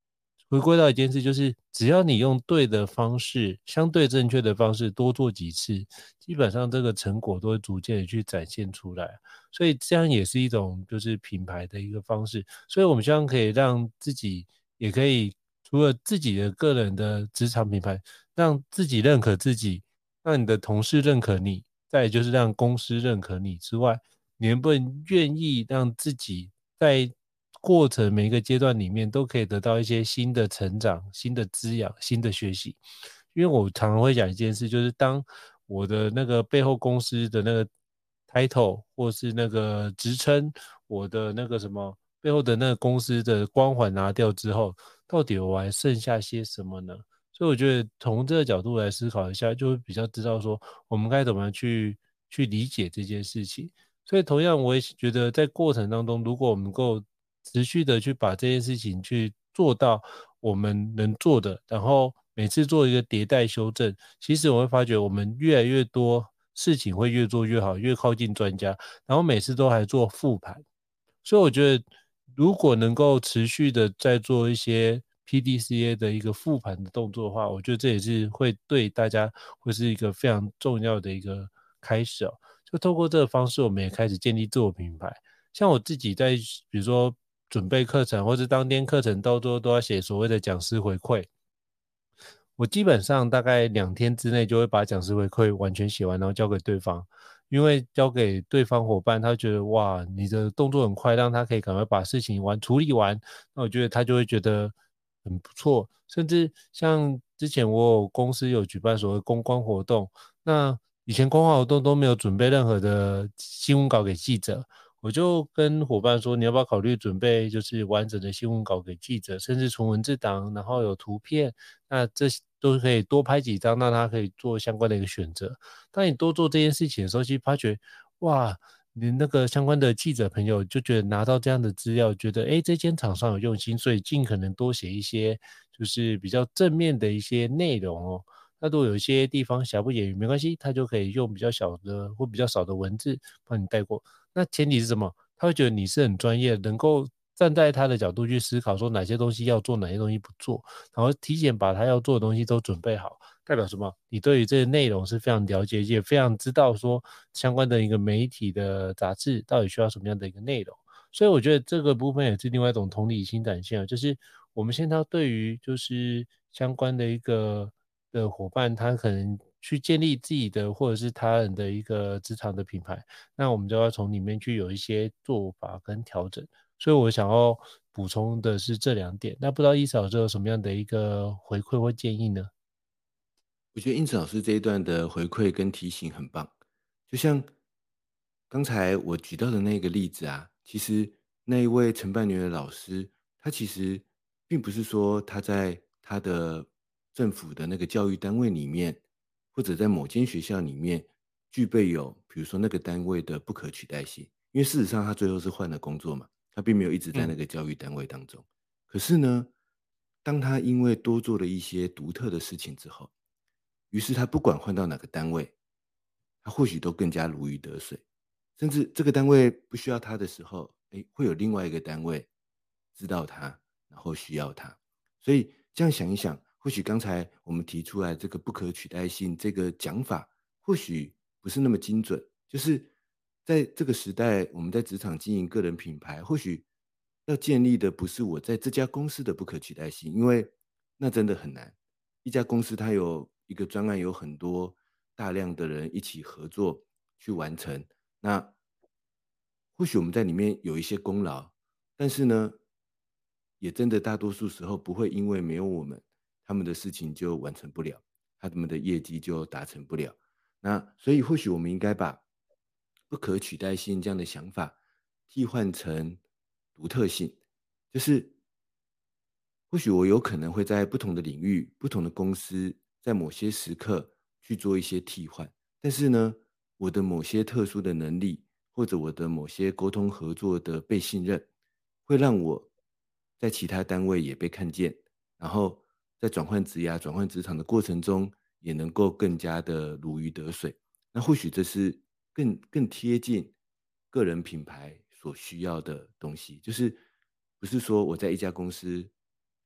回归到一件事，就是只要你用对的方式，相对正确的方式多做几次，基本上这个成果都会逐渐的去展现出来。所以这样也是一种就是品牌的一个方式。所以我们希望可以让自己也可以除了自己的个人的职场品牌，让自己认可自己，让你的同事认可你，再来就是让公司认可你之外，你能不能愿意让自己在过程每一个阶段里面都可以得到一些新的成长、新的滋养、新的学习？因为我常常会讲一件事，就是当我的那个背后公司的那个 title 或是那个职称，我的那个什么背后的那个公司的光环拿掉之后，到底我还剩下些什么呢？所以我觉得从这个角度来思考一下，就会比较知道说我们该怎么去去理解这件事情。所以同样，我也觉得在过程当中，如果我们能够持续的去把这件事情去做到我们能做的，然后每次做一个迭代修正，其实我会发觉我们越来越多事情会越做越好，越靠近专家，然后每次都还做复盘。所以我觉得，如果能够持续的在做一些 P D C A 的一个复盘的动作的话，我觉得这也是会对大家会是一个非常重要的一个开始哦。就透过这个方式，我们也开始建立自我品牌。像我自己在比如说准备课程或者当天课程到最后都要写所谓的讲师回馈，我基本上大概两天之内就会把讲师回馈完全写完，然后交给对方。因为交给对方伙伴，他觉得哇，你的动作很快，让他可以赶快把事情完处理完，那我觉得他就会觉得很不错。甚至像之前我有公司有举办所谓公关活动，那以前公关活动都没有准备任何的新闻稿给记者，我就跟伙伴说，你要不要考虑准备就是完整的新闻稿给记者，甚至纯文字档，然后有图片，那这都可以多拍几张，让他可以做相关的一个选择。当你多做这件事情的时候，其实发觉哇，你那个相关的记者朋友就觉得拿到这样的资料，觉得诶这间厂商有用心，所以尽可能多写一些就是比较正面的一些内容哦。那如果有一些地方瑕不掩瑜，没关系，他就可以用比较小的或比较少的文字帮你带过。那前提是什么？他会觉得你是很专业，能够站在他的角度去思考，说哪些东西要做，哪些东西不做，然后提前把他要做的东西都准备好。代表什么？你对于这个内容是非常了解，也非常知道说相关的一个媒体的杂志到底需要什么样的一个内容。所以我觉得这个部分也是另外一种同理心展现，就是我们现在对于就是相关的一个的伙伴，他可能去建立自己的或者是他人的一个职场的品牌，那我们就要从里面去有一些做法跟调整。所以我想要补充的是这两点。那不知道伊嫂这有什么样的一个回馈或建议呢？ 我觉得应子老师这一段的回馈跟提醒很棒，就像刚才我举到的那个例子啊，其实那一位承办员的老师，他其实并不是说他在他的政府的那个教育单位里面，或者在某间学校里面具备有，比如说那个单位的不可取代性，因为事实上他最后是换了工作嘛，他并没有一直在那个教育单位当中。可是呢，当他因为多做了一些独特的事情之后，于是他不管换到哪个单位，他或许都更加如鱼得水，甚至这个单位不需要他的时候，诶，会有另外一个单位知道他，然后需要他。所以这样想一想，或许刚才我们提出来这个不可取代性这个讲法，或许不是那么精准。就是在这个时代，我们在职场经营个人品牌，或许要建立的不是我在这家公司的不可取代性，因为那真的很难。一家公司它有一个专案，有很多大量的人一起合作去完成。那或许我们在里面有一些功劳，但是呢，也真的大多数时候不会因为没有我们，他们的事情就完成不了，他们的业绩就达成不了。那所以或许我们应该把不可取代性这样的想法替换成独特性，就是或许我有可能会在不同的领域、不同的公司，在某些时刻去做一些替换，但是呢，我的某些特殊的能力，或者我的某些沟通合作的被信任，会让我在其他单位也被看见，然后在转换职涯、转换职场的过程中，也能够更加的如鱼得水。那或许这是更更贴近个人品牌所需要的东西，就是不是说我在一家公司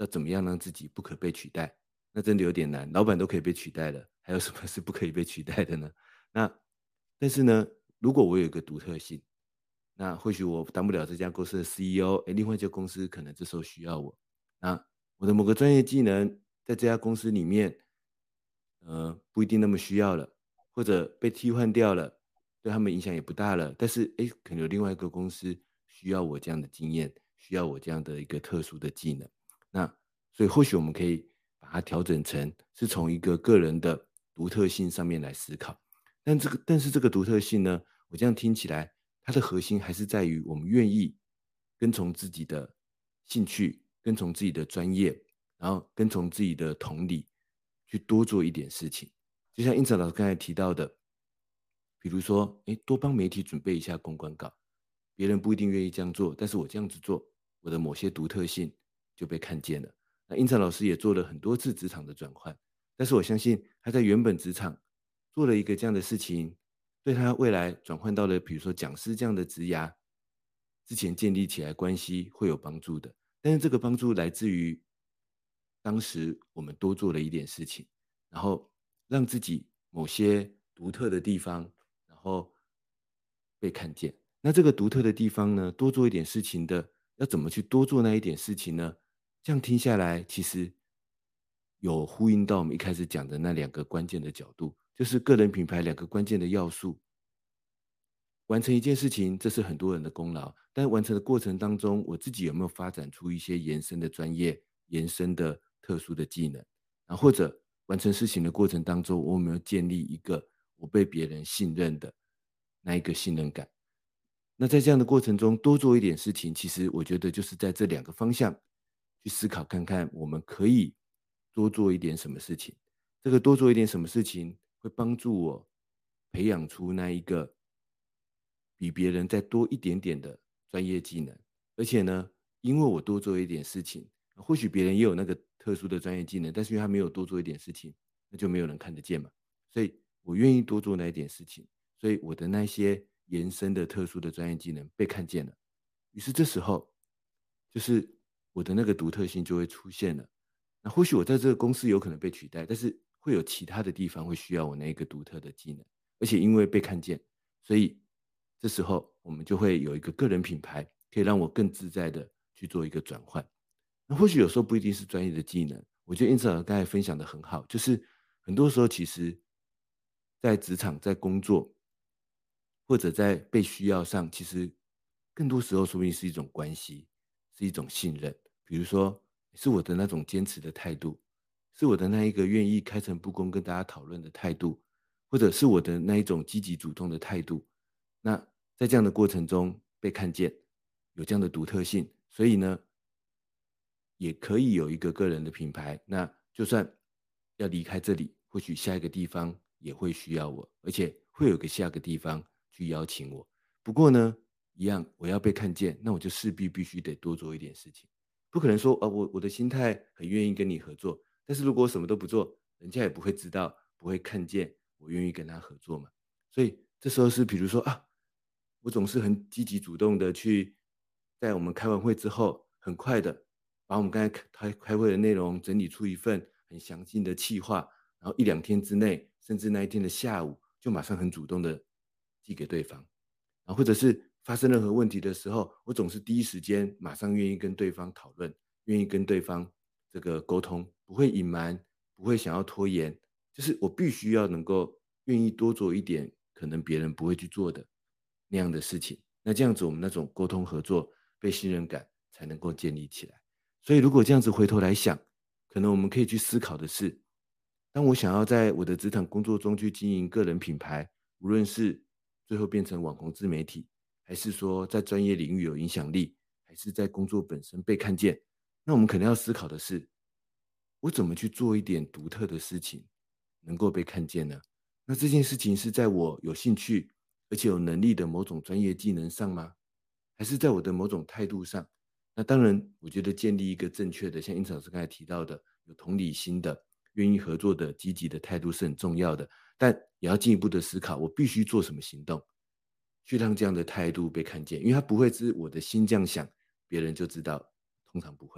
要怎么样让自己不可被取代？那真的有点难，老板都可以被取代了，还有什么是不可以被取代的呢？那但是呢，如果我有一个独特性，那或许我当不了这家公司的 C E O， 诶，另外一家公司可能这时候需要我，那我的某个专业技能在这家公司里面，呃，不一定那么需要了，或者被替换掉了，对他们影响也不大了。但是，诶，可能有另外一个公司需要我这样的经验，需要我这样的一个特殊的技能。那所以或许我们可以把它调整成是从一个个人的独特性上面来思考。但这个但是这个独特性呢，我这样听起来，它的核心还是在于我们愿意跟从自己的兴趣，跟从自己的专业，然后跟从自己的同理，去多做一点事情。就像应成老师刚才提到的，比如说，诶，多帮媒体准备一下公关稿，别人不一定愿意这样做，但是我这样子做，我的某些独特性就被看见了。那应成老师也做了很多次职场的转换，但是我相信他在原本职场做了一个这样的事情，对他未来转换到了比如说讲师这样的职涯，之前建立起来关系会有帮助的。但是这个帮助来自于当时我们多做了一点事情，然后让自己某些独特的地方，然后被看见。那这个独特的地方呢，多做一点事情的，要怎么去多做那一点事情呢？这样听下来，其实有呼应到我们一开始讲的那两个关键的角度，就是个人品牌两个关键的要素。完成一件事情，这是很多人的功劳，但完成的过程当中，我自己有没有发展出一些延伸的专业、延伸的特殊的技能？然后或者完成事情的过程当中，我有没有建立一个我被别人信任的那一个信任感？那在这样的过程中，多做一点事情，其实我觉得就是在这两个方向去思考看看，我们可以多做一点什么事情。这个多做一点什么事情，会帮助我培养出那一个比别人再多一点点的专业技能。而且呢，因为我多做一点事情，或许别人也有那个特殊的专业技能，但是因为他没有多做一点事情，那就没有人看得见嘛。所以我愿意多做那一点事情，所以我的那些延伸的特殊的专业技能被看见了。于是这时候，就是我的那个独特性就会出现了。那或许我在这个公司有可能被取代，但是会有其他的地方会需要我那一个独特的技能，而且因为被看见，所以这时候我们就会有一个个人品牌，可以让我更自在的去做一个转换。那或许有时候不一定是专业的技能，我觉得因此刚才分享的很好，就是很多时候其实在职场在工作或者在被需要上，其实更多时候说不定是一种关系，是一种信任。比如说是我的那种坚持的态度，是我的那一个愿意开诚布公跟大家讨论的态度，或者是我的那一种积极主动的态度。那在这样的过程中被看见，有这样的独特性，所以呢也可以有一个个人的品牌。那就算要离开这里，或许下一个地方也会需要我，而且会有个下个地方去邀请我。不过呢，一样我要被看见，那我就势必必须得多做一点事情。不可能说，呃，我我的心态很愿意跟你合作，但是如果我什么都不做，人家也不会知道，不会看见我愿意跟他合作嘛。所以这时候是比如说啊，我总是很积极主动的去，在我们开完会之后，很快的把我们刚才开开会的内容整理出一份很详尽的企划，然后一两天之内，甚至那一天的下午，就马上很主动的寄给对方。然后或者是发生任何问题的时候，我总是第一时间马上愿意跟对方讨论，愿意跟对方这个沟通，不会隐瞒，不会想要拖延，就是我必须要能够愿意多做一点可能别人不会去做的那样的事情。那这样子我们那种沟通合作、被信任感才能够建立起来。所以如果这样子回头来想，可能我们可以去思考的是，当我想要在我的职场工作中去经营个人品牌，无论是最后变成网红自媒体，还是说在专业领域有影响力，还是在工作本身被看见，那我们可能要思考的是，我怎么去做一点独特的事情，能够被看见呢？那这件事情是在我有兴趣而且有能力的某种专业技能上吗？还是在我的某种态度上？那当然，我觉得建立一个正确的，像殷老师刚才提到的，有同理心的、愿意合作的、积极的态度是很重要的。但也要进一步的思考，我必须做什么行动，去让这样的态度被看见。因为他不会是我的心这样想，别人就知道，通常不会。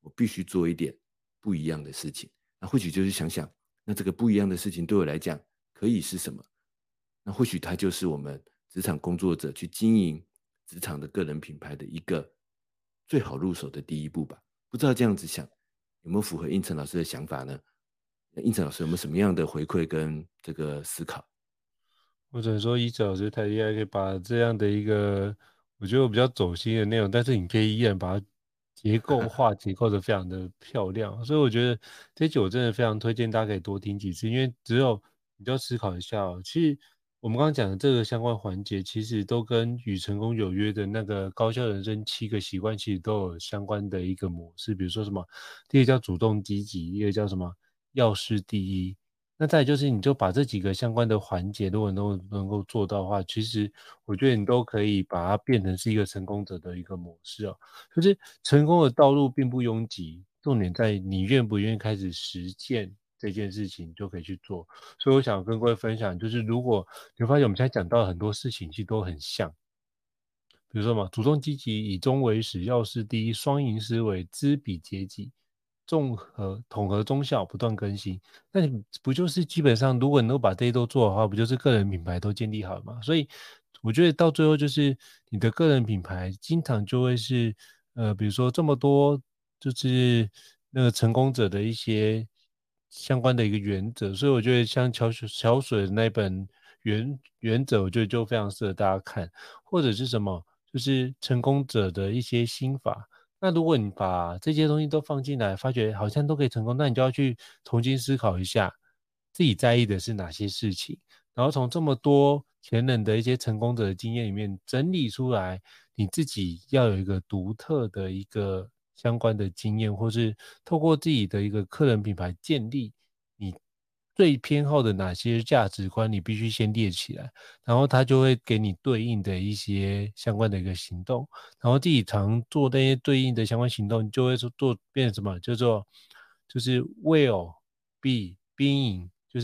我必须做一点不一样的事情。那或许就是想想，那这个不一样的事情对我来讲可以是什么？那或许它就是我们职场工作者去经营职场的个人品牌的一个最好入手的第一步吧。不知道这样子想有没有符合应成老师的想法呢？应成老师有没有什么样的回馈跟这个思考？ 或者说一老师太厉害，可以把这样的一个我觉得我比较走心的内容，但是你可以依然把它结构化，结构的非常的漂亮。所以我觉得这一集我真的非常推荐大家可以多听几次，因为只有你就要思考一下哦。其实我们刚刚讲的这个相关环节，其实都跟与成功有约的那个高效人生七个习惯，其实都有相关的一个模式。比如说什么，第一个叫主动积极，一个叫什么要事第一。那再来就是你就把这几个相关的环节，如果都能够做到的话，其实我觉得你都可以把它变成是一个成功者的一个模式哦。就是成功的道路并不拥挤，重点在你愿不愿意开始实践这件事情，就可以去做。所以我想跟各位分享，就是如果你会发现我们现在讲到很多事情其实都很像，比如说嘛，主动积极，以终为始，要事第一，双赢思维，知彼解己，综合统合中效，不断更新。那你不就是基本上，如果你都把这些都做的话，不就是个人品牌都建立好了吗？所以我觉得到最后就是你的个人品牌经常就会是呃，比如说这么多就是那个成功者的一些相关的一个原则。所以我觉得像乔水乔水的那本原原则，我觉得就非常适合大家看，或者是什么就是成功者的一些心法。那如果你把这些东西都放进来，发觉好像都可以成功，那你就要去重新思考一下，自己在意的是哪些事情，然后从这么多前人的一些成功者的经验里面整理出来，你自己要有一个独特的一个相关的经验，或是透过自己的一个个人品牌建立，你最偏好的哪些价值观，你必须先列起来，然后它就会给你对应的一些相关的一个行动。然后自己常做那些对应的相关行动，你就会做做变成什么，叫做就是 will be being， 就是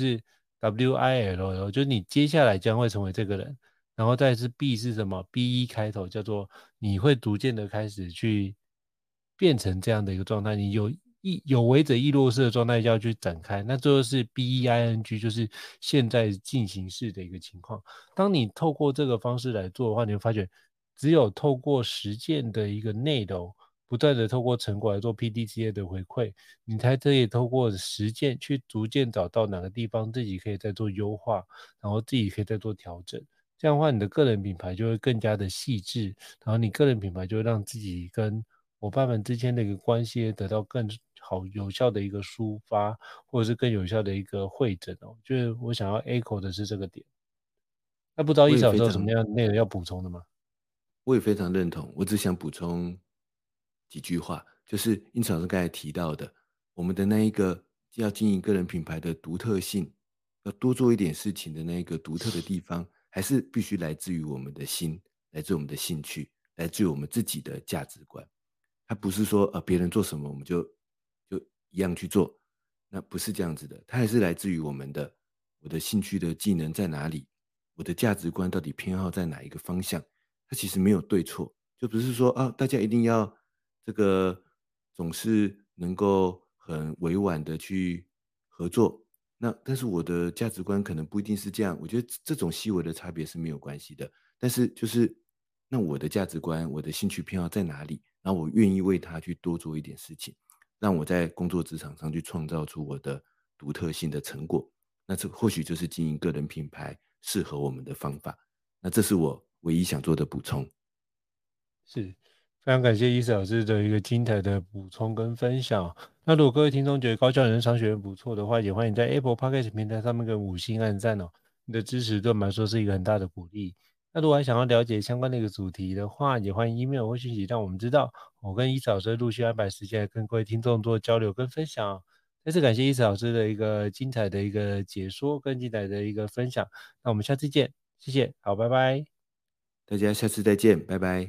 W I L， 就是你接下来将会成为这个人。然后再是 B 是什么 B E 开头，叫做你会逐渐的开始去变成这样的一个状态，你有意有为者亦若是的状态要去展开。那最后是 B E I N G， 就是现在进行式的一个情况。当你透过这个方式来做的话，你会发觉只有透过实践的一个内容，不断的透过成果来做 P D C A 的回馈，你才可以透过实践去逐渐找到哪个地方自己可以再做优化，然后自己可以再做调整。这样的话，你的个人品牌就会更加的细致，然后你个人品牌就会让自己跟伙伴们之间的一个关系得到更好有效的一个抒发，或者是更有效的一个汇整哦。就是我想要 echo 的是这个点。那不知道我一嫂也非常有什么样的内容要补充的吗？ 我也非常认同，我只想补充几句话，就是应成老师刚才提到的，我们的那一个要经营个人品牌的独特性，要多做一点事情的那一个独特的地方，还是必须来自于我们的心，来自于我们的兴趣，来自于我们自己的价值观。它不是说呃别人做什么我们就就一样去做，那不是这样子的，它还是来自于我们的我的兴趣的技能在哪里，我的价值观到底偏好在哪一个方向。它其实没有对错，就不是说啊，大家一定要这个总是能够很委婉的去合作。那但是我的价值观可能不一定是这样，我觉得这种细微的差别是没有关系的。但是就是那我的价值观、我的兴趣偏好在哪里？然后我愿意为他去多做一点事情，让我在工作职场上去创造出我的独特性的成果。那这或许就是经营个人品牌适合我们的方法。那这是我唯一想做的补充。 是，非常感谢伊斯老师的一个精彩的补充跟分享。那如果各位听众觉得高教人商学院不错的话，也欢迎在 Apple Podcast 平台上面给五星按赞哦。你的支持对我们来说是一个很大的鼓励。那如果还想要了解相关的一个主题的话，也欢迎 email 或讯息让我们知道。我跟伊斯老师陆续安排时间来跟各位听众做交流跟分享。再次感谢伊斯老师的一个精彩的一个解说跟精彩的一个分享。那我们下次见，谢谢，好，拜拜。 大家下次再见，拜拜。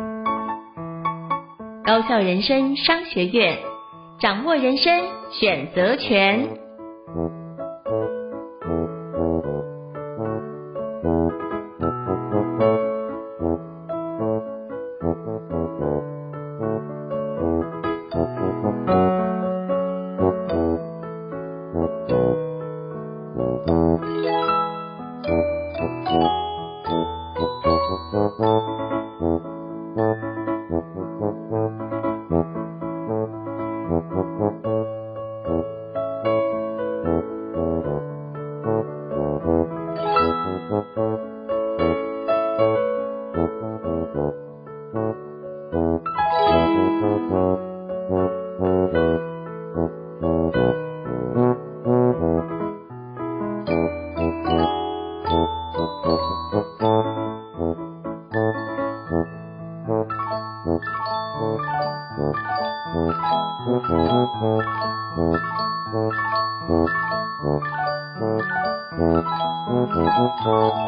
高效人生商学院，掌握人生选择权。 Thank you.